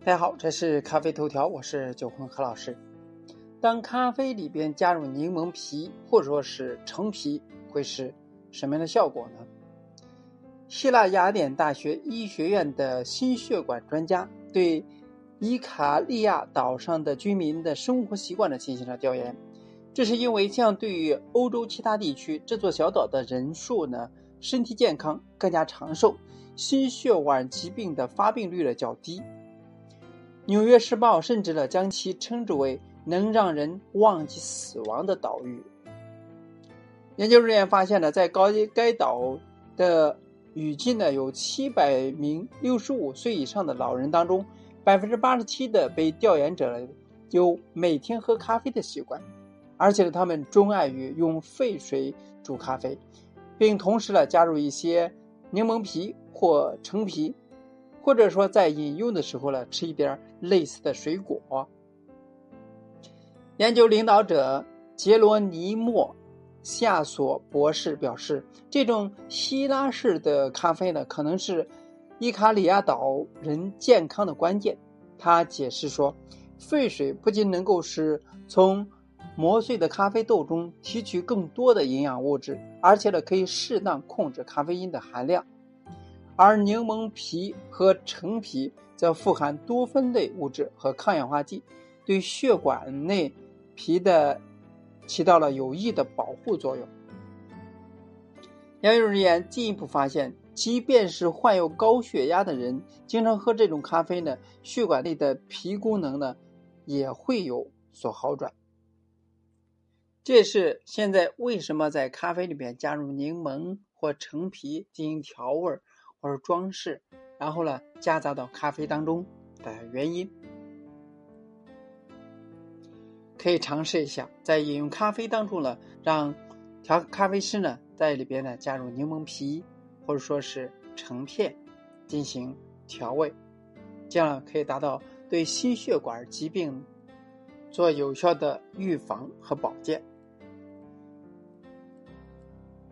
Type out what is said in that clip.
大家好，这是咖啡头条，我是九坤何老师。当咖啡里边加入柠檬皮或者说是橙皮，会是什么样的效果呢？希腊雅典大学医学院的心血管专家对伊卡利亚岛上的居民的生活习惯进行了调研。这是因为相对于欧洲其他地区，这座小岛的人数身体健康，更加长寿，心血管疾病的发病率较低。纽约时报甚至将其称之为能让人忘记死亡的岛屿。研究人员发现在该岛的语境有700名65岁以上的老人当中，87%的被调研者有每天喝咖啡的习惯，而且他们钟爱于用沸水煮咖啡，并同时加入一些柠檬皮或橙皮，或者说在饮用的时候吃一点类似的水果。研究领导者杰罗尼莫夏索博士表示，这种希拉式的咖啡可能是伊卡里亚岛人健康的关键。他解释说，沸水不仅能够使从磨碎的咖啡豆中提取更多的营养物质，而且可以适当控制咖啡因的含量。而柠檬皮和橙皮则富含多酚类物质和抗氧化剂，对血管内皮起到了有益的保护作用。研究人员进一步发现，即便是患有高血压的人，经常喝这种咖啡血管内的皮功能也会有所好转。这是现在为什么在咖啡里面加入柠檬或橙皮进行调味或者装饰，然后夹杂到咖啡当中的原因。可以尝试一下，在饮用咖啡当中让咖啡师在里边加入柠檬皮或者说是橙片进行调味，这样可以达到对心血管疾病做有效的预防和保健。